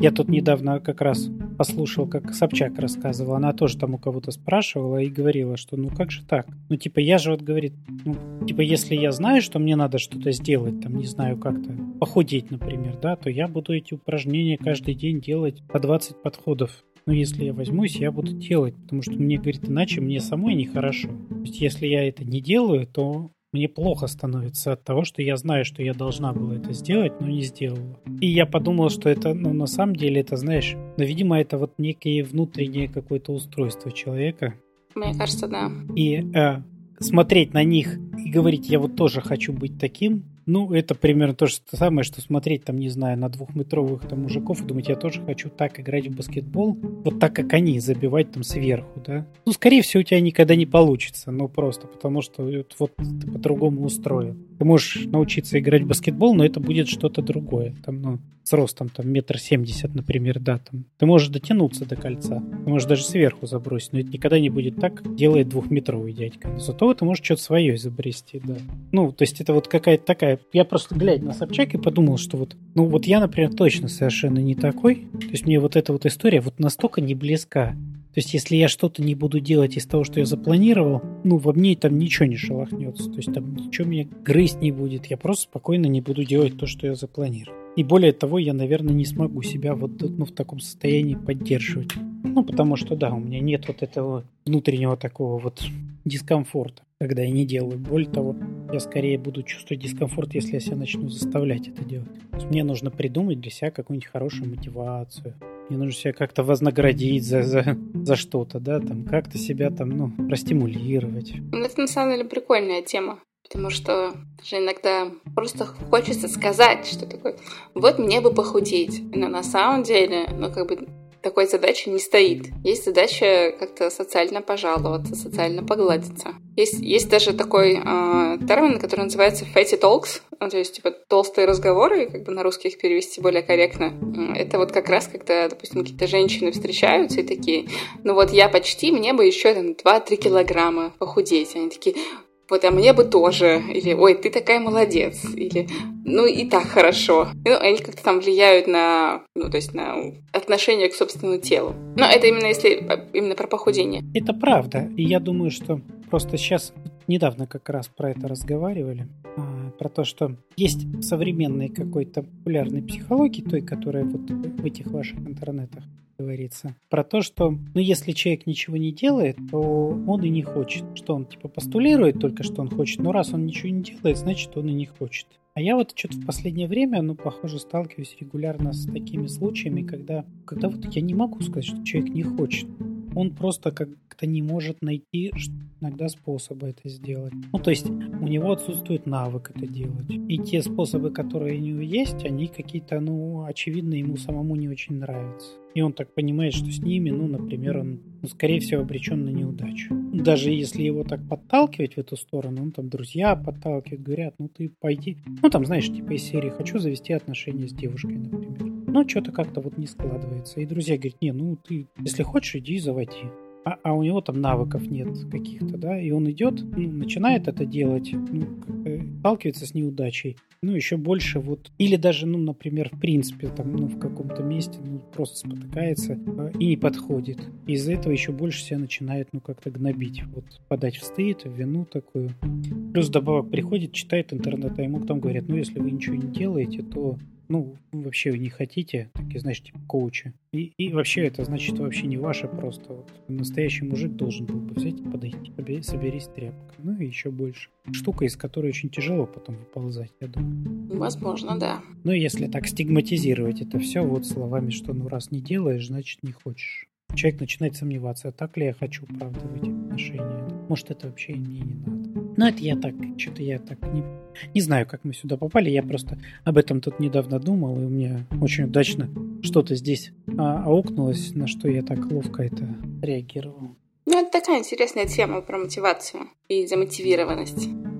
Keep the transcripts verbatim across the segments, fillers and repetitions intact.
Я тут недавно как раз послушал, как Собчак рассказывала. Она тоже там у кого-то спрашивала и говорила, что ну как же так? Ну типа я же вот, говорит, ну типа если я знаю, что мне надо что-то сделать, там не знаю как-то, похудеть, например, да, то я буду эти упражнения каждый день делать по двадцать подходов. Но если я возьмусь, я буду делать, потому что мне, говорит, иначе мне самой нехорошо. То есть если я это не делаю, то мне плохо становится от того, что я знаю, что я должна была это сделать, но не сделала. И я подумал, что это, ну, на самом деле, это, знаешь, ну, видимо, это вот некое внутреннее какое-то устройство человека. Мне кажется, да. И э, смотреть на них и говорить, я вот тоже хочу быть таким, ну, это примерно то же самое, что смотреть, там, не знаю, на двухметровых там мужиков и думать, я тоже хочу так играть в баскетбол, вот так, как они, забивать там сверху, да. Ну, скорее всего, у тебя никогда не получится, ну, просто потому что вот ты по-другому устроен. Ты можешь научиться играть в баскетбол, но это будет что-то другое, там, ну, с ростом, там, метр семьдесят, например, да, там. Ты можешь дотянуться до кольца, ты можешь даже сверху забросить, но это никогда не будет так, как делает двухметровый дядька. Зато ты можешь что-то свое изобрести, да. Ну, то есть это вот какая-то такая. Я просто, глядя на Собчак, и подумал, что вот, ну вот я, например, точно совершенно не такой. То есть мне вот эта вот история вот настолько не близка. То есть если я что-то не буду делать из того, что я запланировал, ну, во мне там ничего не шелохнется. То есть там ничего меня грызть не будет. Я просто спокойно не буду делать то, что я запланировал. И более того, я, наверное, не смогу себя вот ну, в таком состоянии поддерживать. Ну, потому что, да, у меня нет вот этого внутреннего такого вот дискомфорта, когда я не делаю. Более того, я скорее буду чувствовать дискомфорт, если я себя начну заставлять это делать. То есть мне нужно придумать для себя какую-нибудь хорошую мотивацию. Мне нужно себя как-то вознаградить за, за, за что-то, да, там, как-то себя там, ну, простимулировать. Это на самом деле прикольная тема. Потому что же иногда просто хочется сказать, что такое, вот мне бы похудеть. Но на самом деле, ну, как бы, такой задачи не стоит. Есть задача как-то социально пожаловаться, социально погладиться. Есть, есть даже такой э, термин, который называется fatty talks, то есть, типа, толстые разговоры, как бы на русский их перевести более корректно. Это вот как раз, когда, допустим, какие-то женщины встречаются и такие, ну вот я почти, мне бы еще там два-три килограмма похудеть. Они такие... Вот, а мне бы тоже. Или, ой, ты такая молодец. Или, ну, и так хорошо. Ну, они как-то там влияют на, ну, то есть на отношение к собственному телу. Но это именно если, именно про похудение. Это правда. И я думаю, что просто сейчас, недавно как раз про это разговаривали, про то, что есть современной какой-то популярной психологии, той, которая вот в этих ваших интернетах говорится, про то, что, ну, если человек ничего не делает, то он и не хочет. Что он, типа, постулирует только, что он хочет, но раз он ничего не делает, значит, он и не хочет. А я вот что-то в последнее время, ну, похоже, сталкиваюсь регулярно с такими случаями, когда, когда вот я не могу сказать, что человек не хочет. Он просто как-то не может найти иногда способы это сделать. Ну, то есть у него отсутствует навык это делать. И те способы, которые у него есть, они какие-то, ну, очевидно, ему самому не очень нравятся. И он так понимает, что с ними, ну, например, он, ну, скорее всего, обречен на неудачу. Даже если его так подталкивать в эту сторону, он там друзья подталкивают, говорят, ну, ты пойди. Ну, там, знаешь, типа из серии «хочу завести отношения с девушкой», например. Ну, что-то как-то вот не складывается. И друзья говорят, не, ну, ты, если хочешь, иди заводи. А, а у него там навыков нет каких-то, да, и он идет, ну, начинает это делать, ну, сталкивается с неудачей, ну, еще больше вот, или даже, ну, например, в принципе, там, ну, в каком-то месте, ну, просто спотыкается э, и не подходит. И из-за этого еще больше себя начинает, ну, как-то гнобить, вот, подать в стыд, в вину такую. Плюс добавок приходит, читает интернет, а ему там говорят, ну, если вы ничего не делаете, то ну, вообще вы не хотите, такие, знаешь, типа коучи. И, и вообще это значит вообще не ваше просто. Вот, настоящий мужик должен был бы взять и подойти, соберись тряпкой. Ну и еще больше. Штука, из которой очень тяжело потом выползать, я думаю. Возможно, да. Ну, если так стигматизировать это все вот словами, что ну раз не делаешь, значит не хочешь. Человек начинает сомневаться, а так ли я хочу, правда, в этих отношениях. Может, это вообще мне не надо. Но это я так, что-то я так не, не знаю, как мы сюда попали. Я просто об этом тут недавно думал, и у меня очень удачно что-то здесь а, аукнулось, на что я так ловко это реагировал. Ну, это такая интересная тема про мотивацию и замотивированность.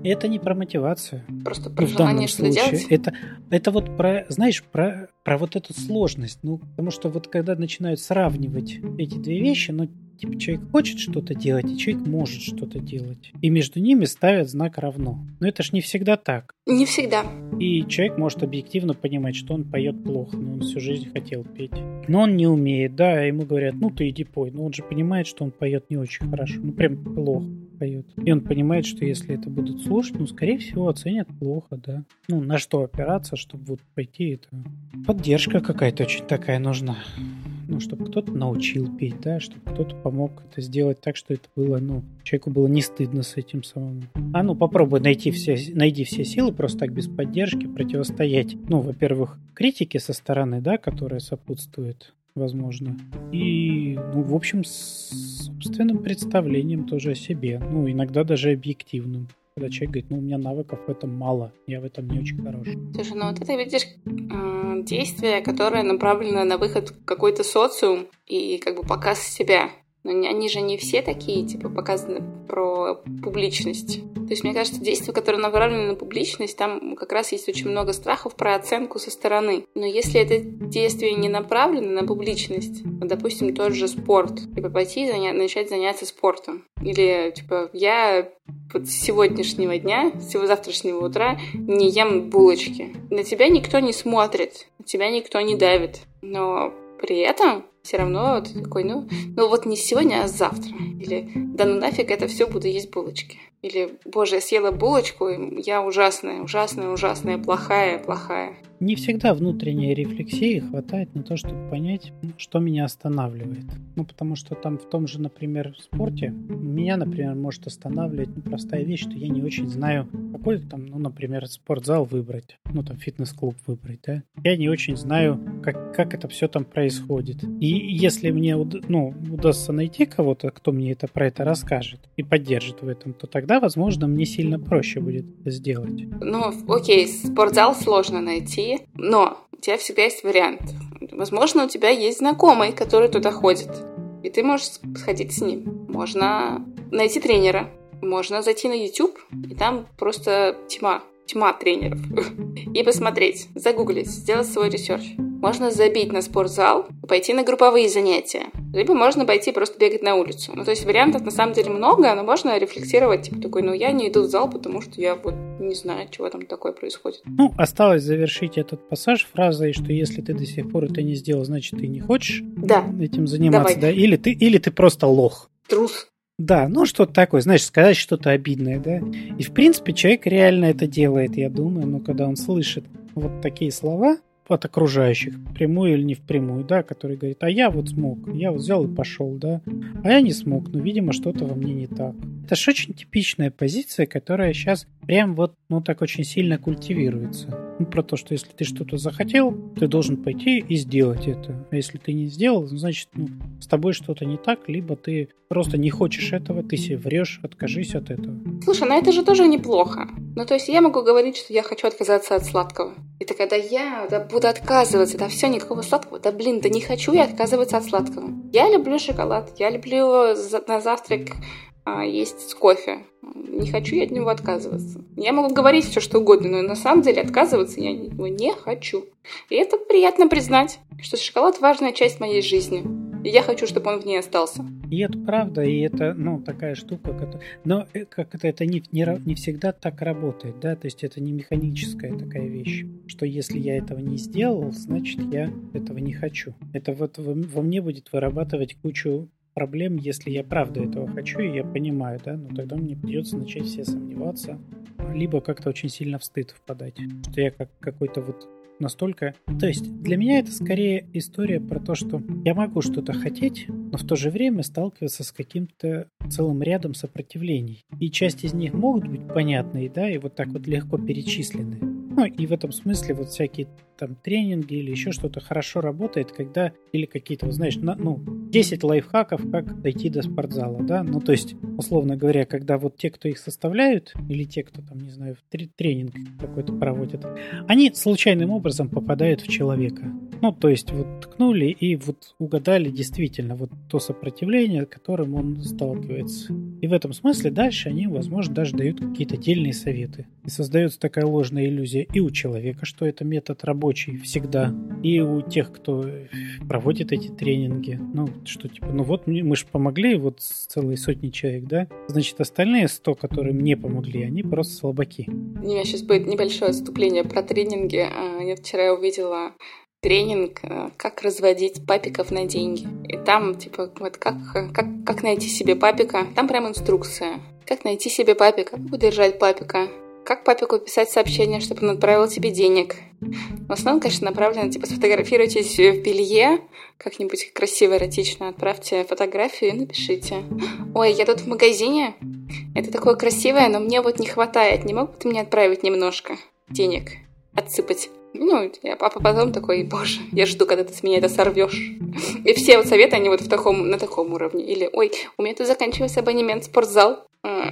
Это не про мотивацию. Просто про ну, желание что-то делать? Это, это вот про, знаешь, про, про вот эту сложность. Ну, потому что вот когда начинают сравнивать эти две вещи, ну, типа, человек хочет что-то делать, и человек может что-то делать. И между ними ставят знак равно. Но это ж не всегда так. Не всегда. И человек может объективно понимать, что он поет плохо, но он всю жизнь хотел петь. Но он не умеет, да, ему говорят, ну ты иди пой. Но он же понимает, что он поет не очень хорошо, ну прям плохо поет. И он понимает, что если это будут слушать, ну, скорее всего, оценят плохо, да. Ну, на что опираться, чтобы вот пойти, это поддержка какая-то очень такая нужна. Ну, чтобы кто-то научил петь, да, чтобы кто-то помог это сделать так, что это было, ну, человеку было не стыдно с этим самому. А ну, попробуй найти все, найди все силы просто так без поддержки противостоять, ну, во-первых, критике со стороны, да, которая сопутствует, возможно, и, ну, в общем, с собственным представлением тоже о себе, ну, иногда даже объективным. Когда человек говорит, ну, у меня навыков в этом мало, я в этом не очень хорош. Слушай, ну вот это, видишь, действие, которое направлено на выход в какой-то социум и как бы показ себя. Но они же не все такие, типа, показаны про публичность. То есть, мне кажется, действия, которые направлены на публичность, там как раз есть очень много страхов про оценку со стороны. Но если это действие не направлено на публичность, допустим, тот же спорт, типа, пойти и заня- начать заняться спортом. Или, типа, я вот с сегодняшнего дня, с завтрашнего утра не ем булочки. На тебя никто не смотрит, на тебя никто не давит. Но при этом все равно ты такой, ну, ну вот не сегодня, а завтра. Или да ну нафиг это все, буду есть булочки. Или, боже, я съела булочку, я ужасная, ужасная, ужасная, плохая, плохая. Не всегда внутренней рефлексии хватает на то, чтобы понять, что меня останавливает. Ну, потому что там в том же, например, в спорте меня, например, может останавливать ну, простая вещь, что я не очень знаю, какой там, ну, например, спортзал выбрать, ну, там, фитнес-клуб выбрать, да. Я не очень знаю, как, как это все там происходит. И если мне, ну, удастся найти кого-то, кто мне это про это расскажет и поддержит в этом, то тогда, возможно, мне сильно проще будет это сделать. Ну, окей, спортзал сложно найти, но у тебя всегда есть вариант. Возможно, у тебя есть знакомый, который туда ходит, и ты можешь сходить с ним. Можно найти тренера, можно зайти на YouTube, и там просто тьма, тьма тренеров. И посмотреть, загуглить, сделать свой ресерч. Можно забить на спортзал, пойти на групповые занятия. Либо можно пойти просто бегать на улицу. Ну, то есть вариантов на самом деле много, но можно рефлексировать, типа такой, ну, я не иду в зал, потому что я вот не знаю, чего там такое происходит. Ну, осталось завершить этот пассаж фразой, что если ты до сих пор это не сделал, значит, ты не хочешь да. этим заниматься, Давай. да? Или ты, или ты просто лох. Трус. Да, ну что-то такое, знаешь, сказать что-то обидное, да? И, в принципе, человек реально это делает, я думаю, но когда он слышит вот такие слова от окружающих, впрямую или не впрямую, да, который говорит, а я вот смог, я вот взял и пошел, да, а я не смог, ну, видимо, что-то во мне не так. Это же очень типичная позиция, которая сейчас прям вот, ну, так очень сильно культивируется. Ну, про то, что если ты что-то захотел, ты должен пойти и сделать это. А если ты не сделал, значит, ну, с тобой что-то не так, либо ты просто не хочешь этого, ты себе врешь, откажись от этого. Слушай, ну это же тоже неплохо. Ну, то есть я могу говорить, что я хочу отказаться от сладкого. И так когда я да, буду отказываться, да все, никакого сладкого, да блин, да не хочу я отказываться от сладкого. Я люблю шоколад, я люблю на завтрак а, есть с кофе. Не хочу я от него отказываться. Я могу говорить все, что угодно, но на самом деле отказываться я его не хочу. И это приятно признать, что шоколад важная часть моей жизни. И я хочу, чтобы он в ней остался. И это правда, и это, ну, такая штука, которая... но как это, это не, не, не всегда так работает, да, то есть это не механическая такая вещь, что если я этого не сделал, значит, я этого не хочу. Это вот во, во мне будет вырабатывать кучу проблем, если я правда этого хочу, и я понимаю, да, но тогда мне придется начать все сомневаться, либо как-то очень сильно в стыд впадать, что я как какой-то вот настолько... То есть для меня это скорее история про то, что я могу что-то хотеть, но в то же время сталкиваться с каким-то целым рядом сопротивлений. И часть из них могут быть понятные, да, и вот так вот легко перечислены. Ну, и в этом смысле вот всякие там тренинги или еще что-то хорошо работает, когда, или какие-то, вот знаешь, на, ну, десять лайфхаков, как дойти до спортзала, да? Ну, то есть, условно говоря, когда вот те, кто их составляют, или те, кто там, не знаю, тренинг какой-то проводят, они случайным образом попадают в человека. Ну, то есть, вот ткнули и вот угадали действительно вот то сопротивление, с которым он сталкивается. И в этом смысле дальше они, возможно, даже дают какие-то дельные советы. И создается такая ложная иллюзия и у человека, что это метод рабочий всегда, и у тех, кто проводит эти тренинги. Ну, что типа, ну вот мы же помогли вот с целой сотни человек, да? Значит, остальные сто, которые мне помогли, они просто слабаки. У меня сейчас будет небольшое отступление про тренинги. Я вчера увидела тренинг «Как разводить папиков на деньги». И там, типа, вот как, как, как найти себе папика. Там прям инструкция. Как найти себе папика, как удержать папика, как папику писать сообщение, чтобы он отправил тебе денег. В основном, конечно, направлено, типа, сфотографируйтесь в белье, как-нибудь красиво, эротично, отправьте фотографию и напишите: «Ой, я тут в магазине, это такое красивое, но мне вот не хватает, не мог бы ты мне отправить немножко денег, отсыпать?» Ну, а папа потом такой: «Боже, я жду, когда ты с меня это сорвешь». И все вот советы, они вот в таком, на таком уровне. Или: «Ой, у меня тут заканчивается абонемент в спортзал».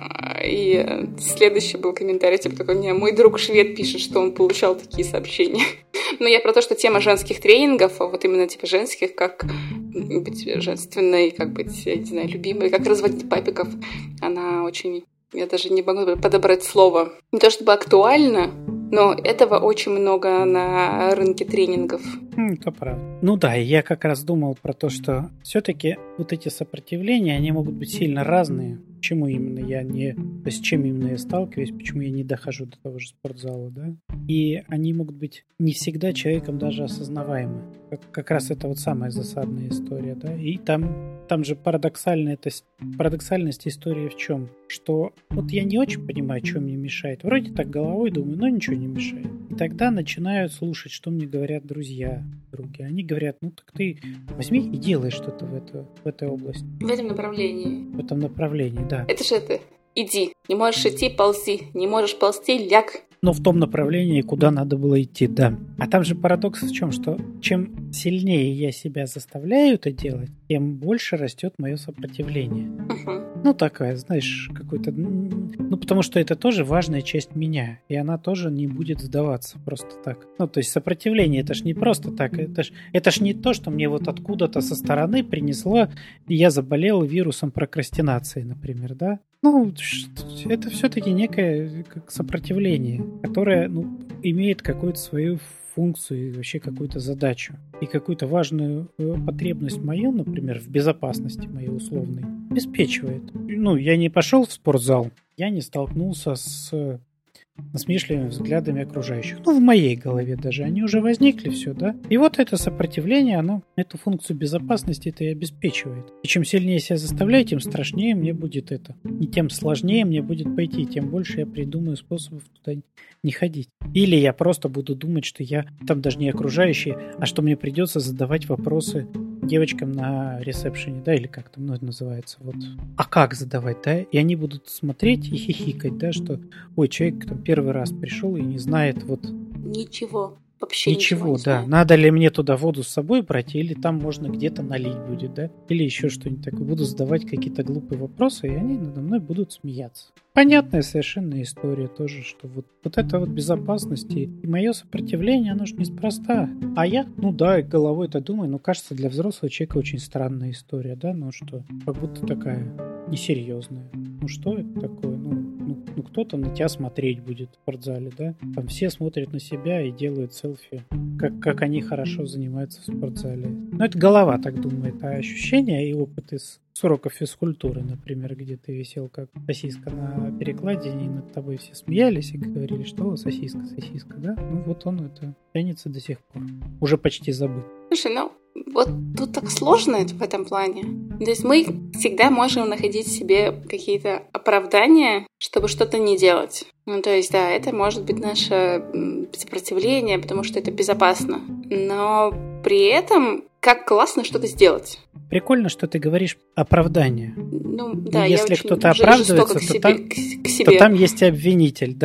И следующий был комментарий, типа такой: «Не, мой друг швед пишет, что он получал такие сообщения». Но я про то, что тема женских тренингов, а вот именно типа женских, как быть женственной, как быть, я не знаю, любимой, как разводить папиков, она очень... Я даже не могу подобрать слово. Не то чтобы актуально, но этого очень много на рынке тренингов. Это правда. Ну да, я как раз думал про то, что все-таки вот эти сопротивления, они могут быть сильно разные. Почему именно я не... То есть с чем именно я сталкиваюсь, почему я не дохожу до того же спортзала, да? И они могут быть не всегда человеком даже осознаваемы. Как, как раз это вот самая засадная история, да? И там, там же парадоксальная, то есть, парадоксальность истории в чем? Что вот я не очень понимаю, что мне мешает. Вроде так головой думаю, но ничего не мешает. И тогда начинаю слушать, что мне говорят друзья, други. Они говорят: ну так ты возьми и делай что-то в, это, в этой области. В этом направлении. В этом направлении, да. Это же это. Иди. Не можешь идти, ползи. Не можешь ползти, ляг. Но в том направлении, куда надо было идти, да. А там же парадокс в чем, что чем сильнее я себя заставляю это делать, тем больше растет мое сопротивление. Uh-huh. Ну, такая, знаешь, какой-то... Ну, потому что это тоже важная часть меня, и она тоже не будет сдаваться просто так. Ну, то есть сопротивление, это ж не просто так, это ж, это ж не то, что мне вот откуда-то со стороны принесло, и я заболел вирусом прокрастинации, например, да? Ну, это все-таки некое как сопротивление, которое, ну, имеет какую-то свою функцию и вообще какую-то задачу. И какую-то важную потребность мою, например, в безопасности моей условной, обеспечивает. Ну, я не пошел в спортзал, я не столкнулся с насмешливыми взглядами окружающих. Ну, в моей голове даже. Они уже возникли, все, да? И вот это сопротивление, оно эту функцию безопасности это и обеспечивает. И чем сильнее я себя заставляю, тем страшнее мне будет это. И тем сложнее мне будет пойти, тем больше я придумаю способов туда не ходить. Или я просто буду думать, что я там даже не окружающие, а что мне придется задавать вопросы девочкам на ресепшене, да, или как там ну, это называется, вот. А как задавать, да? И они будут смотреть и хихикать, да, что, ой, человек там первый раз пришел и не знает вот... Ничего. Вообще ничего, ничего да. знаю. Надо ли мне туда воду с собой брать, или там можно где-то налить будет, да? Или еще что-нибудь такое. Буду задавать какие-то глупые вопросы, и они надо мной будут смеяться. Понятная совершенно история тоже, что вот, вот это вот безопасность и мое сопротивление, оно же неспроста. А я, ну да, головой-то думаю, ну кажется, для взрослого человека очень странная история, да? Ну что, как будто такая несерьезная. Ну что это такое? Ну, ну, ну кто-то на тебя смотреть будет в спортзале, да? Там все смотрят на себя и делают селфи, как, как они хорошо занимаются в спортзале. Ну это голова так думает, а ощущения и опыт из с уроков физкультуры, например, где ты висел как сосиска на перекладине, и над тобой все смеялись и говорили, что сосиска, сосиска, да? Ну вот он это тянется до сих пор. Уже почти забыт. Слушай, ну вот тут так сложно в этом плане. То есть мы всегда можем находить в себе какие-то оправдания, чтобы что-то не делать. Ну то есть да, это может быть наше сопротивление, потому что это безопасно. Но при этом как классно что-то сделать. Прикольно, что ты говоришь оправдание. Ну, да, если я кто-то очень оправдывается, к то, себе, там, к, к то там есть обвинитель, да.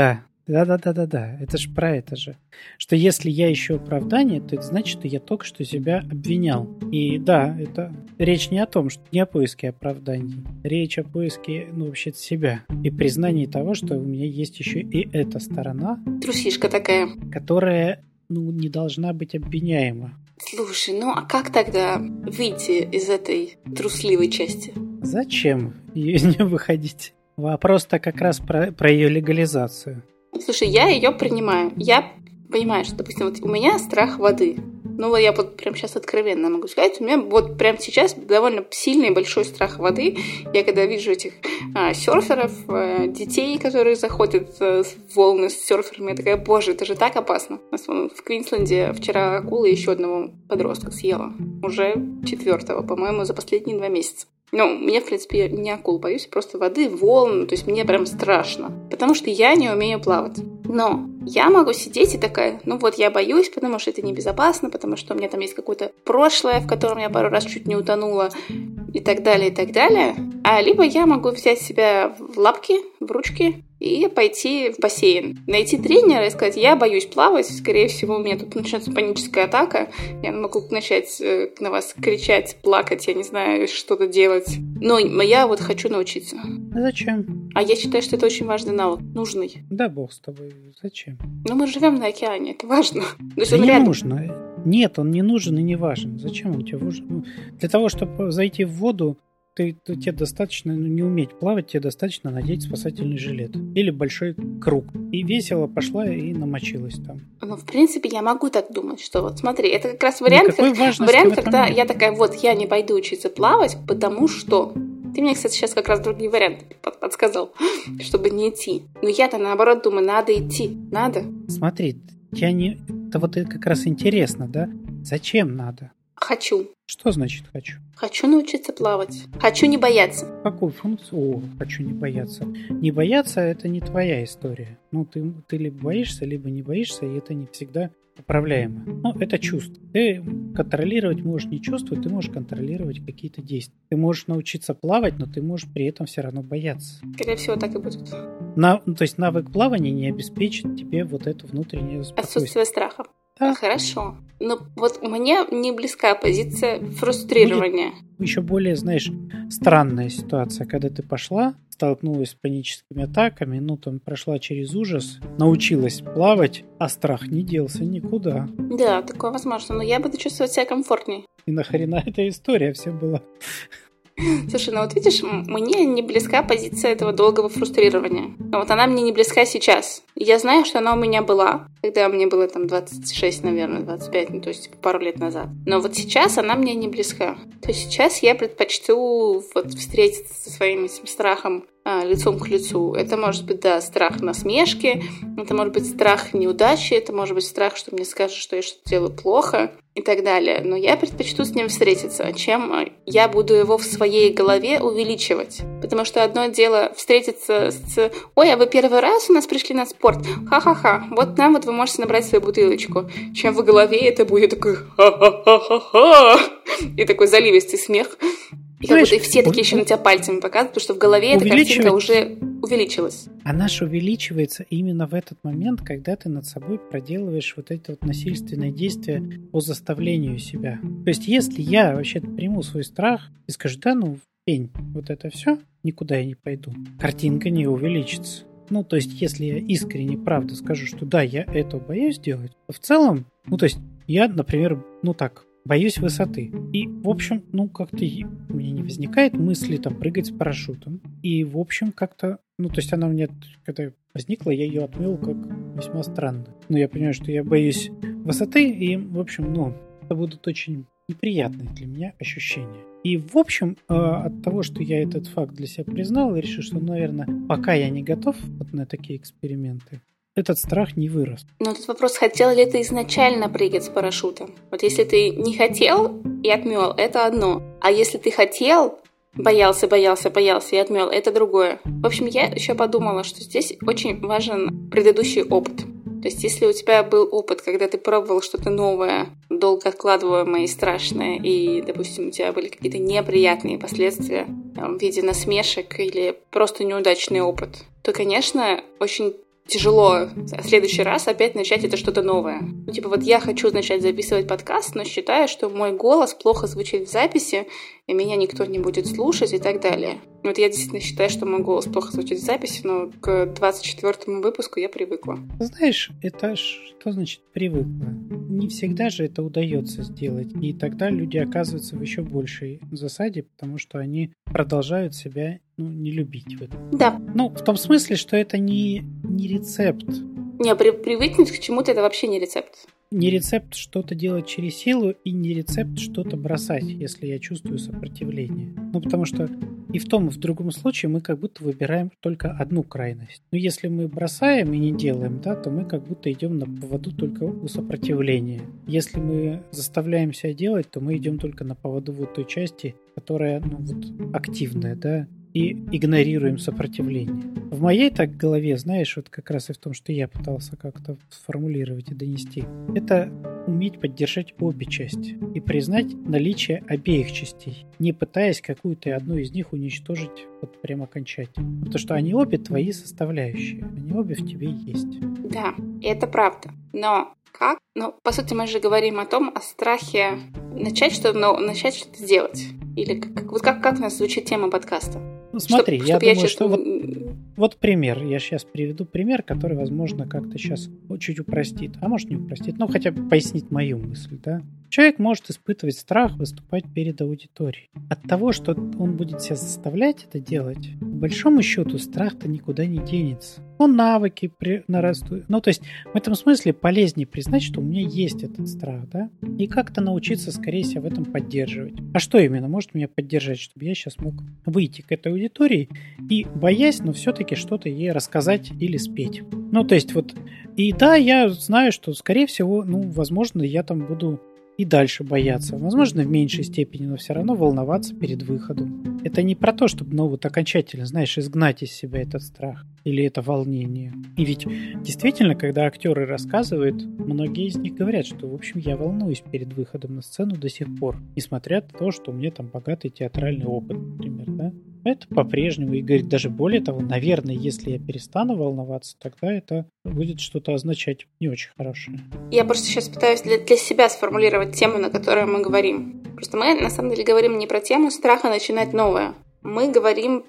Да-да-да-да-да, это же про это же. Что если я ищу оправдание, то это значит, что я только что себя обвинял. И да, это речь не о том, что не о поиске оправданий. Речь о поиске, ну, вообще-то себя. И признании того, что у меня есть еще и эта сторона. Трусишка такая. Которая, ну, не должна быть обвиняема. Слушай, ну а как тогда выйти из этой трусливой части? Зачем из нее выходить? Вопрос-то как раз про, про ее легализацию. Слушай, я ее принимаю. Я понимаю, что, допустим, вот у меня страх воды. Ну, вот я вот прямо сейчас откровенно могу сказать, у меня вот прямо сейчас довольно сильный большой страх воды. Я когда вижу этих а, серферов, а, детей, которые заходят а, в волны с серферами, я такая, боже, это же так опасно. У нас вон, в Квинсленде вчера акула еще одного подростка съела. Уже четвертого, по-моему, за последние два месяца. Ну, мне, в принципе, я не акул боюсь, просто воды, волн, то есть мне прям страшно, потому что я не умею плавать. Но я могу сидеть и такая, ну вот я боюсь, потому что это небезопасно, потому что у меня там есть какое-то прошлое, в котором я пару раз чуть не утонула, и так далее, и так далее. А либо я могу взять себя в лапки, в ручки и пойти в бассейн. Найти тренера и сказать, я боюсь плавать, скорее всего, у меня тут начнется паническая атака, я могу начать э, на вас кричать, плакать, я не знаю, что-то делать. Но я вот хочу научиться. Зачем? А я считаю, что это очень важный навык, нужный. Да бог с тобой, зачем? Но мы живем на океане, это важно. То есть да он не рядом. нужно. Нет, он не нужен и не важен. Зачем он тебе нужен? Для того, чтобы зайти в воду, Ты, ты, тебе достаточно, ну, не уметь плавать, тебе достаточно надеть спасательный жилет. Или большой круг. И весело пошла и намочилась там. Ну, в принципе, я могу так думать, что вот смотри, это как раз вариант, как, вариант когда нет. Я такая, вот, я не пойду учиться плавать, потому что... Ты мне, кстати, сейчас как раз другие варианты подсказал, чтобы не идти. Но я-то, наоборот, думаю, надо идти. Надо. Смотри, я не... это вот это как раз интересно, да? Зачем надо? Хочу. Что значит хочу? Хочу научиться плавать. Хочу не бояться. Какую функцию? О, хочу не бояться. Не бояться – это не твоя история. Ну, ты, ты либо боишься, либо не боишься, и это не всегда управляемо. Ну, это чувство. Ты контролировать можешь не чувства, ты можешь контролировать какие-то действия. Ты можешь научиться плавать, но ты можешь при этом все равно бояться. Скорее всего, так и будет. На, ну, то есть навык плавания не обеспечит тебе вот эту внутреннюю спокойствие. Отсутствие страха. Да. Хорошо. Но вот мне не близка позиция фрустрирования. Будет еще более, знаешь, странная ситуация, когда ты пошла, столкнулась с паническими атаками, ну, там, прошла через ужас, научилась плавать, а страх не делся никуда. Да, такое возможно, но я буду чувствовать себя комфортнее. И нахрена эта история вся была? Слушай, ну вот видишь, мне не близка позиция этого долгого фрустрирования. Но вот она мне не близка сейчас. Я знаю, что она у меня была, когда мне было там двадцать шесть, наверное, двадцать пять, ну то есть пару лет назад. Но вот сейчас она мне не близка. То есть сейчас я предпочту вот встретиться со своим этим страхом а, лицом к лицу. Это может быть, да, страх насмешки, это может быть страх неудачи, это может быть страх, что мне скажут, что я что-то делаю плохо и так далее. Но я предпочту с ним встретиться, чем я буду его в своей голове увеличивать. Потому что одно дело встретиться с «Ой, а вы первый раз у нас пришли на спорт? Ха-ха-ха, вот нам вот вы можете набрать свою бутылочку». Чем в голове это будет такой «Ха-ха-ха-ха-ха» и такой заливистый смех. И как будто и все такие еще на тебя пальцами показывают, потому что в голове эта картинка уже увеличилась. Она же увеличивается именно в этот момент, когда ты над собой проделываешь вот это вот насильственное действие по заставлению себя. То есть если я вообще-то приму свой страх и скажу, да ну, пень, вот это все, никуда я не пойду, картинка не увеличится. Ну, то есть если я искренне, правда скажу, что да, я этого боюсь делать, то в целом, ну, то есть я, например, ну так, боюсь высоты. И, в общем, ну, как-то у меня не возникает мысли там прыгать с парашютом. И, в общем, как-то, ну, то есть она у меня, когда возникла, я ее отмел как весьма странно. Но я понимаю, что я боюсь высоты, и, в общем, ну, это будут очень неприятные для меня ощущения. И, в общем, от того, что я этот факт для себя признал, я решил, что, наверное, пока я не готов вот на такие эксперименты, этот страх не вырос. Но тут вопрос, хотел ли ты изначально прыгать с парашютом? Вот если ты не хотел и отмел, это одно. А если ты хотел, боялся, боялся, боялся и отмел, это другое. В общем, я еще подумала, что здесь очень важен предыдущий опыт. То есть, если у тебя был опыт, когда ты пробовал что-то новое, долго откладываемое и страшное, и, допустим, у тебя были какие-то неприятные последствия там, в виде насмешек или просто неудачный опыт, то, конечно, очень тяжело в следующий раз опять начать это что-то новое. Ну, типа вот я хочу начать записывать подкаст, но считаю, что мой голос плохо звучит в записи, и меня никто не будет слушать и так далее. Вот я действительно считаю, что мой голос плохо звучит в записи, но к двадцать четвёртому выпуску я привыкла. Знаешь, это что значит привыкла? Не всегда же это удается сделать, и тогда люди оказываются в еще большей засаде, потому что они продолжают себя ну, не любить в этом. Да. Ну, в том смысле, что это не, не рецепт. Не, при, привыкнуть к чему-то это вообще не рецепт. Не рецепт что-то делать через силу и не рецепт что-то бросать, если я чувствую сопротивление. Ну, потому что и в том, и в другом случае мы как будто выбираем только одну крайность. Но если мы бросаем и не делаем, да, то мы как будто идем на поводу только у сопротивления. Если мы заставляем себя делать, то мы идем только на поводу вот той части, которая ну, вот, активная, да, и игнорируем сопротивление. В моей так голове, знаешь, вот как раз и в том, что я пытался как-то сформулировать и донести, это уметь поддержать обе части и признать наличие обеих частей, не пытаясь какую-то одну из них уничтожить вот прям окончательно. Потому что они обе твои составляющие, они обе в тебе есть. Да, это правда. Но как? Ну, по сути, мы же говорим о том, о страхе начать что-то, но начать что-то делать. Или как, вот как, как у нас звучит тема подкаста? Ну, смотри, чтоб, я чтоб думаю, я сейчас... что вот, вот пример. Я сейчас приведу пример, который, возможно, как-то сейчас чуть упростит. А может, не упростит, но хотя бы пояснит мою мысль, да? Человек может испытывать страх выступать перед аудиторией. От того, что он будет себя заставлять это делать, по большому счету страх-то никуда не денется. Он навыки при... нарастут. Ну, то есть, в этом смысле полезнее признать, что у меня есть этот страх, да? И как-то научиться, скорее всего, в этом поддерживать. А что именно может меня поддержать, чтобы я сейчас мог выйти к этой аудитории и, боясь, но все-таки что-то ей рассказать или спеть? Ну, то есть, вот... И да, я знаю, что, скорее всего, ну, возможно, я там буду и дальше бояться. Возможно, в меньшей степени, но все равно волноваться перед выходом. Это не про то, чтобы, ну, вот окончательно, знаешь, изгнать из себя этот страх или это волнение. И ведь действительно, когда актеры рассказывают, многие из них говорят, что, в общем, я волнуюсь перед выходом на сцену до сих пор, несмотря на то, что у меня там богатый театральный опыт, например, да. Это по-прежнему, и говорит, даже более того, наверное, если я перестану волноваться, тогда это будет что-то означать не очень хорошее. Я просто сейчас пытаюсь для, для себя сформулировать тему, на которую мы говорим. Просто мы, на самом деле, говорим не про тему страха начинать новое. Мы говорим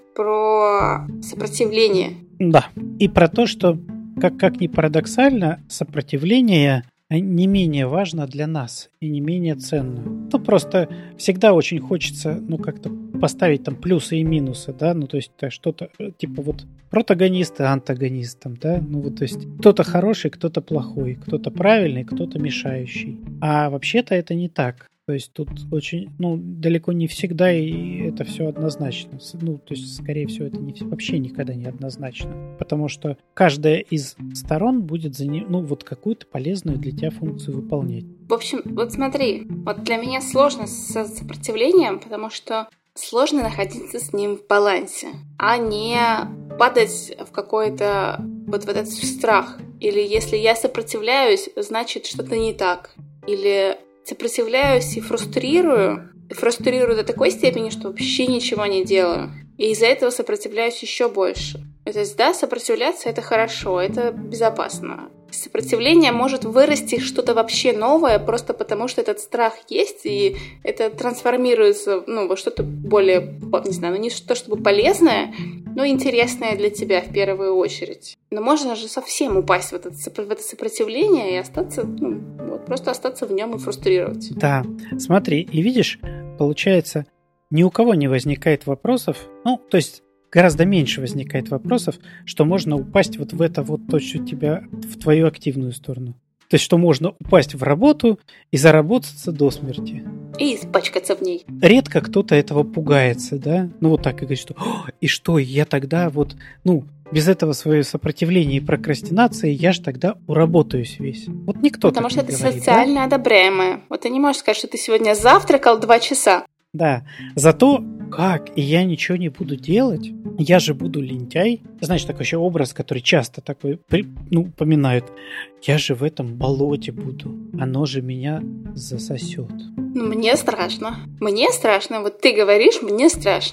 про сопротивление. Да, и про то, что, как, как ни парадоксально, сопротивление не менее важно для нас и не менее ценно. Ну, просто всегда очень хочется, ну, как-то поставить там плюсы и минусы, да, ну, то есть что-то, типа вот протагонист и антагонист, там, да, ну, вот, то есть кто-то хороший, кто-то плохой, кто-то правильный, кто-то мешающий. А вообще-то это не так. То есть тут очень, ну, далеко не всегда и это все однозначно. Ну, то есть, скорее всего, это не, вообще никогда не однозначно. Потому что каждая из сторон будет за не, ну, вот какую-то полезную для тебя функцию выполнять. В общем, вот смотри, вот для меня сложно с сопротивлением, потому что сложно находиться с ним в балансе, а не падать в какой-то вот в этот страх. Или если я сопротивляюсь, значит что-то не так. Или сопротивляюсь и фрустрирую, и фрустрирую до такой степени, что вообще ничего не делаю. И из-за этого сопротивляюсь еще больше. То есть, да, сопротивляться — это хорошо, это безопасно. Сопротивление может вырасти что-то вообще новое, просто потому что этот страх есть, и это трансформируется, ну, во что-то более, не знаю, ну, не то чтобы полезное, но интересное для тебя в первую очередь. Но можно же совсем упасть в это, в это сопротивление и остаться, ну, вот просто остаться в нем и фрустрировать. Да, смотри, и видишь, получается, ни у кого не возникает вопросов, ну, то есть гораздо меньше возникает вопросов, что можно упасть вот в это вот то, что тебя в твою активную сторону. То есть, что можно упасть в работу и заработаться до смерти. И испачкаться в ней. Редко кто-то этого пугается, да? Ну, вот так и говорит, что и что, я тогда вот, ну, без этого свое сопротивление и прокрастинации я ж тогда уработаюсь весь. Вот никто Потому так что не это говорит, социально да? одобряемое. Вот ты не можешь сказать, что ты сегодня завтракал два часа. Да, зато как, и я ничего не буду делать, я же буду лентяй. Знаешь, такой еще образ, который часто такой, ну, упоминают. Я же в этом болоте буду, оно же меня засосет. Ну, мне страшно. Мне страшно, вот ты говоришь, мне страшно.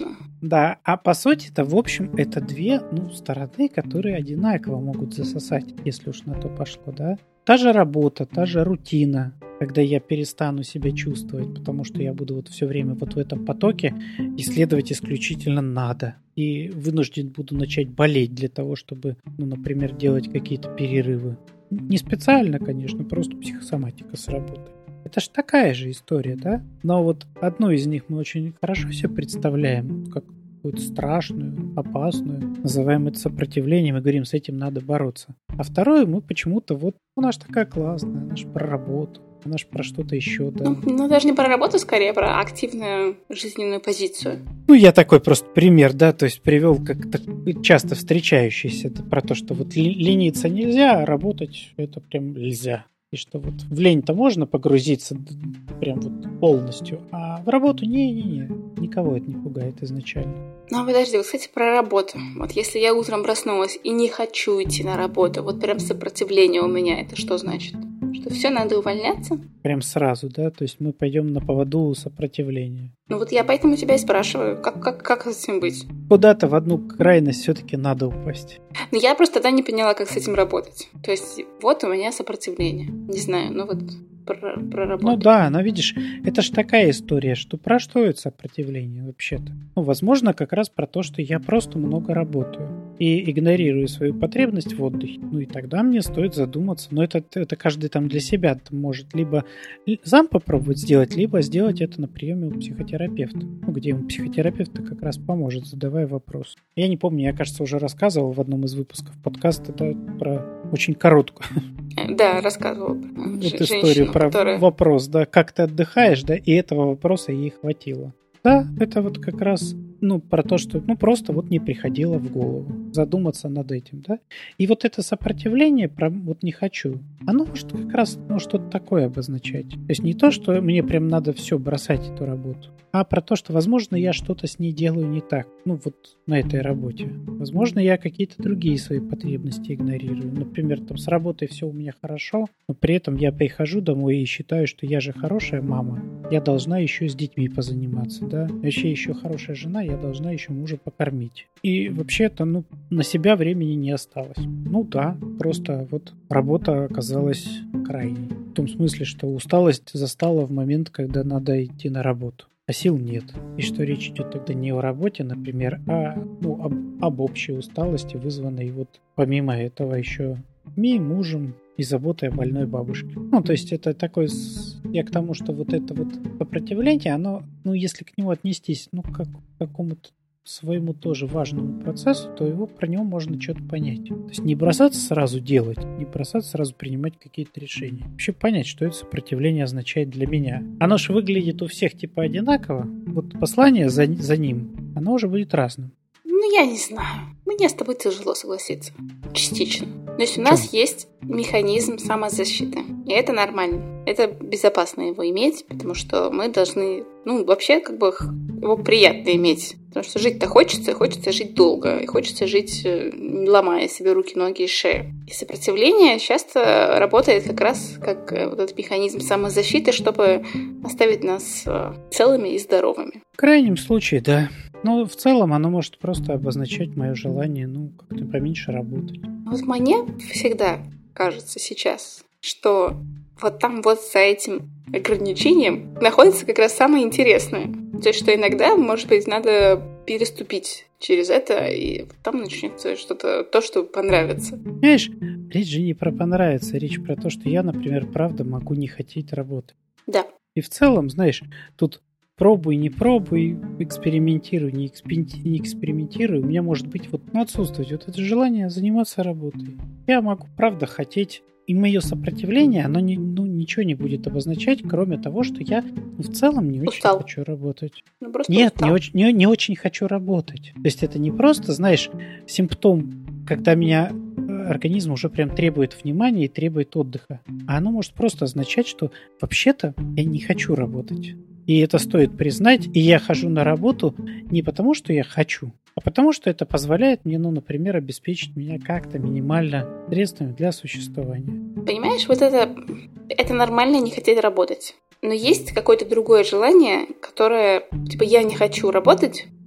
Да, а по сути это, в общем, это две, ну, стороны, которые одинаково могут засосать, если уж на то пошло, да. Та же работа, та же рутина, когда я перестану себя чувствовать, потому что я буду вот все время вот в этом потоке исследовать исключительно надо. И вынужден буду начать болеть для того, чтобы, ну, например, делать какие-то перерывы. Не специально, конечно, просто психосоматика сработает. Это ж такая же история, да? Но вот одну из них мы очень хорошо себе представляем, как какую-то страшную, опасную, называем это сопротивлением и говорим, с этим надо бороться. А вторую мы почему-то вот, она ж такая классная, она ж про работу, она ж про что-то еще, да. Ну, ну, даже не про работу, скорее про активную жизненную позицию. Ну, я такой просто пример, да, то есть привел как часто встречающийся, это про то, что вот лениться нельзя, а работать это прям нельзя. И что вот в лень-то можно погрузиться прям вот полностью, а в работу не-не-не, никого это не пугает изначально. Ну, подожди, вот, кстати, про работу. Вот если я утром проснулась и не хочу идти на работу, вот прям сопротивление у меня, это что значит? Что все, надо увольняться? Прям сразу, да? То есть мы пойдем на поводу у сопротивления. Ну вот я поэтому тебя и спрашиваю, как, как, как с этим быть? Куда-то в одну крайность все-таки надо упасть. Ну я просто тогда не поняла, как с этим работать. То есть вот у меня сопротивление. Не знаю, ну вот про, про работу. Ну да, но видишь, это ж такая история, что про что это сопротивление вообще-то? Ну, возможно, как раз про то, что я просто много работаю и игнорирую свою потребность в отдыхе. Ну и тогда мне стоит задуматься. Но это, это каждый там для себя может либо сам попробовать сделать, либо сделать это на приеме у психотерапевта. Ну, где ему психотерапевт как раз поможет, задавая вопрос. Я не помню, я, кажется, уже рассказывал в одном из выпусков подкаста, да, про очень короткую. Да, рассказывала. Вот историю про которая... вопрос, да, как ты отдыхаешь, да, и этого вопроса ей хватило. Да, это вот как раз, ну, про то, что, ну, просто вот не приходило в голову задуматься над этим, да. И вот это сопротивление, про вот не хочу, оно может как раз, ну, что-то такое обозначать. То есть не то, что мне прям надо все бросать эту работу, а про то, что, возможно, я что-то с ней делаю не так, ну, вот на этой работе. Возможно, я какие-то другие свои потребности игнорирую. Например, там с работой все у меня хорошо, но при этом я прихожу домой и считаю, что я же хорошая мама, я должна еще с детьми позаниматься, да. Вообще еще хорошая жена, я должна еще мужа покормить. И вообще-то, ну, на себя времени не осталось. Ну да, просто вот работа оказалась крайней. В том смысле, что усталость застала в момент, когда надо идти на работу. А сил нет. И что речь идет тогда не о работе, например, а ну, об, об общей усталости, вызванной вот помимо этого еще ми, мужем и заботой о больной бабушке. Ну, то есть это такой... Я к тому, что вот это вот сопротивление, оно, ну, если к нему отнестись, ну, как к какому-то своему тоже важному процессу, то его про него можно что-то понять. То есть не бросаться сразу делать, не бросаться сразу принимать какие-то решения. Вообще понять, что это сопротивление означает для меня. Оно же выглядит у всех типа одинаково. Вот послание за, за ним, оно уже будет разным. Ну, я не знаю. Мне с тобой тяжело согласиться. Частично. То есть у нас есть механизм самозащиты. И это нормально. Это безопасно его иметь, потому что мы должны... Ну, вообще, как бы, его приятно иметь. Потому что жить-то хочется, и хочется жить долго. И хочется жить, не ломая себе руки, ноги и шею. И сопротивление часто работает как раз как вот этот механизм самозащиты, чтобы оставить нас целыми и здоровыми. В крайнем случае, да. Но в целом оно может просто обозначать мое желание, ну, как-то поменьше работать. Вот мне всегда кажется сейчас, что вот там вот за этим ограничением находится как раз самое интересное. То есть, что иногда, может быть, надо переступить через это, и там начнется что-то, то, что понравится. Знаешь, речь же не про понравится, речь про то, что я, например, правда могу не хотеть работать. Да. И в целом, знаешь, тут пробуй, не пробуй, экспериментируй, не, эксперименти, не экспериментируй. У меня может быть вот ну, отсутствовать вот это желание заниматься работой. Я могу, правда, хотеть. И мое сопротивление, оно не, ну, ничего не будет обозначать, кроме того, что я ну, в целом не очень устал. хочу работать. Ну, просто Нет, устал. не очень, не, не очень хочу работать. То есть это не просто, знаешь, симптом, когда меня организм уже прям требует внимания и требует отдыха. А оно может просто означать, что вообще-то я не хочу работать. И это стоит признать. И я хожу на работу не потому, что я хочу, а потому что это позволяет мне, ну, например, обеспечить меня как-то минимально средствами для существования. Понимаешь, вот это, это нормально не хотеть работать. Но есть какое-то другое желание, которое, типа, я не хочу работать,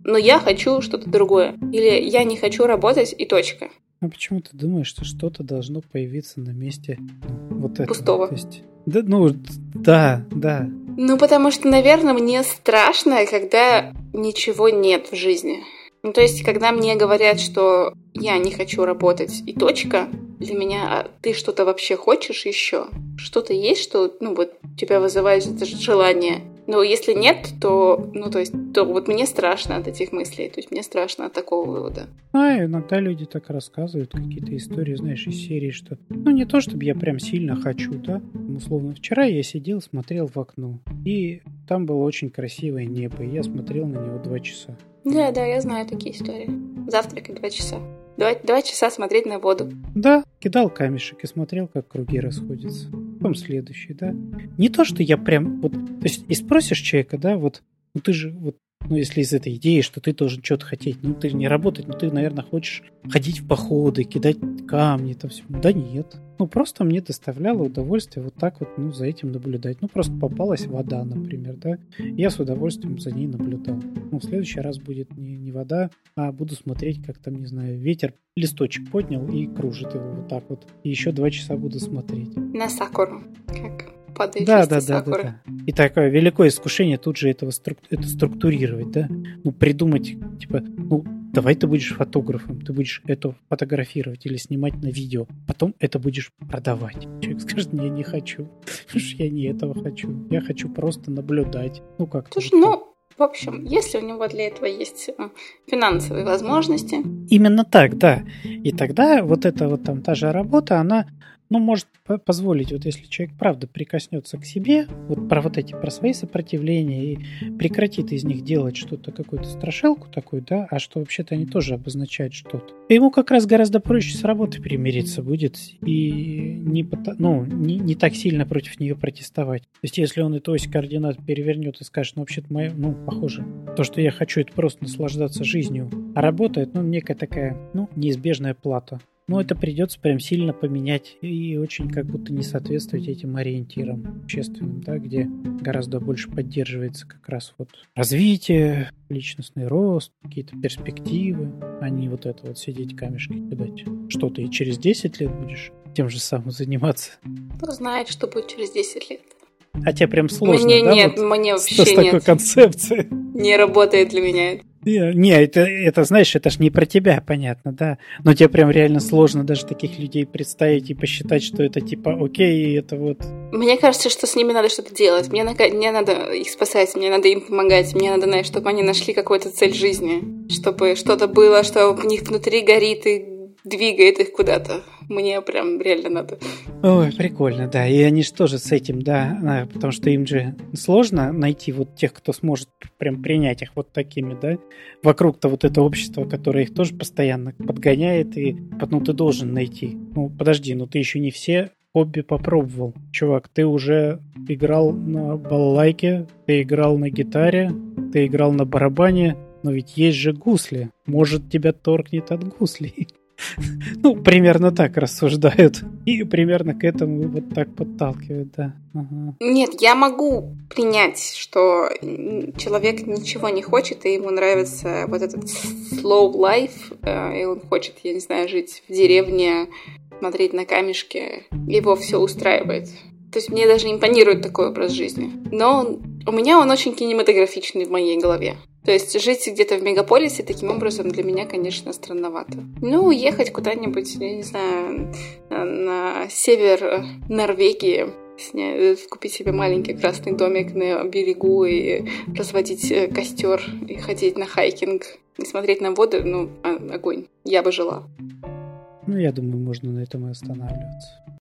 но я хочу что-то другое. Или я не хочу работать и точка. А почему ты думаешь, что что-то должно появиться на месте вот этого? Пустого. То есть, да, ну, да, да. Ну, потому что, наверное, мне страшно, когда ничего нет в жизни. Ну, то есть, когда мне говорят, что я не хочу работать и точка, для меня, а ты что-то вообще хочешь еще? Что-то есть, что, ну, вот, тебя вызывает это желание? Но если нет, то, ну, то есть, то вот мне страшно от этих мыслей, то есть, мне страшно от такого вывода. А, иногда люди так рассказывают, какие-то истории, знаешь, из серии, что, ну, не то, чтобы я прям сильно хочу, да, условно, вчера я сидел, смотрел в окно, и там было очень красивое небо, и я смотрел на него два часа. Да, да, я знаю такие истории. Завтрак и два часа. Два, два часа смотреть на воду. Да, кидал камешек и смотрел, как круги расходятся. Потом следующий, да. Не то, что я прям вот... То есть, и спросишь человека, да, вот, ну ты же вот, ну если из этой идеи, что ты должен что-то хотеть, ну ты же не работать, ну ты, наверное, хочешь ходить в походы, кидать камни, там все. Да нет. Ну просто мне доставляло удовольствие вот так вот, ну, за этим наблюдать. Ну просто попалась вода, например, да. Я с удовольствием за ней наблюдал. Ну в следующий раз будет не, не вода, а буду смотреть, как там, не знаю, ветер листочек поднял и кружит его вот так вот. И еще два часа буду смотреть. На сакуру. Как падает да, листья да, сакуры. Да, да, да. И такое великое искушение тут же этого струк... это структурировать, да. Ну придумать, типа, ну давай ты будешь фотографом, ты будешь это фотографировать или снимать на видео, потом это будешь продавать. Человек скажет, не, не хочу, потому что я не этого хочу, я хочу просто наблюдать. Ну как? Слушай, ну, в общем, если у него для этого есть финансовые возможности. Именно так, да. И тогда вот эта вот там та же работа, она, ну, может позволить, вот если человек правда прикоснется к себе, вот про вот эти, про свои сопротивления и прекратит из них делать что-то, какую-то страшилку такую, да, а что вообще-то они тоже обозначают что-то. Ему как раз гораздо проще с работой примириться будет и не, ну, не, не так сильно против нее протестовать. То есть если он эту ось координат перевернет и скажет, ну, вообще-то мое, ну, похоже, то, что я хочу, это просто наслаждаться жизнью, а работает, ну, некая такая, ну, неизбежная плата. Но это придется прям сильно поменять и очень как будто не соответствовать этим ориентирам общественным, да, где гораздо больше поддерживается как раз вот развитие, личностный рост, какие-то перспективы, а не вот это вот сидеть камешки кидать. Что ты и через десять лет будешь тем же самым заниматься? Кто знает, что будет через десять лет. А тебе прям сложно, мне да? Нет, вот мне с, вообще с нет. такой концепцией. Не работает для меня это. Не, не это, это, знаешь, это ж не про тебя, понятно, да. Но тебе прям реально сложно даже таких людей представить и посчитать, что это типа окей, и это вот... Мне кажется, что с ними надо что-то делать. Мне, мне надо их спасать, мне надо им помогать. Мне надо, знаешь, чтобы они нашли какую-то цель жизни. Чтобы что-то было, что в них внутри горит и двигает их куда-то. Мне прям реально надо. Ой, прикольно, да. И они же тоже с этим, да, потому что им же сложно найти вот тех, кто сможет прям принять их вот такими, да. Вокруг-то вот это общество, которое их тоже постоянно подгоняет, и ну ты должен найти. Ну, подожди, ну ты еще не все хобби попробовал. Чувак, ты уже играл на балалайке, ты играл на гитаре, ты играл на барабане, но ведь есть же гусли. Может, тебя торкнет от гуслей. Ну, примерно так рассуждают. И примерно к этому вот так подталкивают, да. Ага. Нет, я могу принять, что человек ничего не хочет, и ему нравится вот этот slow life, и он хочет, я не знаю, жить в деревне, смотреть на камешки, его все устраивает. То есть мне даже импонирует такой образ жизни. Но у меня он очень кинематографичный в моей голове. То есть жить где-то в мегаполисе таким образом для меня, конечно, странновато. Ну, уехать куда-нибудь, я не знаю, на север Норвегии, снять, купить себе маленький красный домик на берегу и разводить костер, и ходить на хайкинг, и смотреть на воду, ну, огонь. Я бы жила. Ну, я думаю, можно на этом и останавливаться.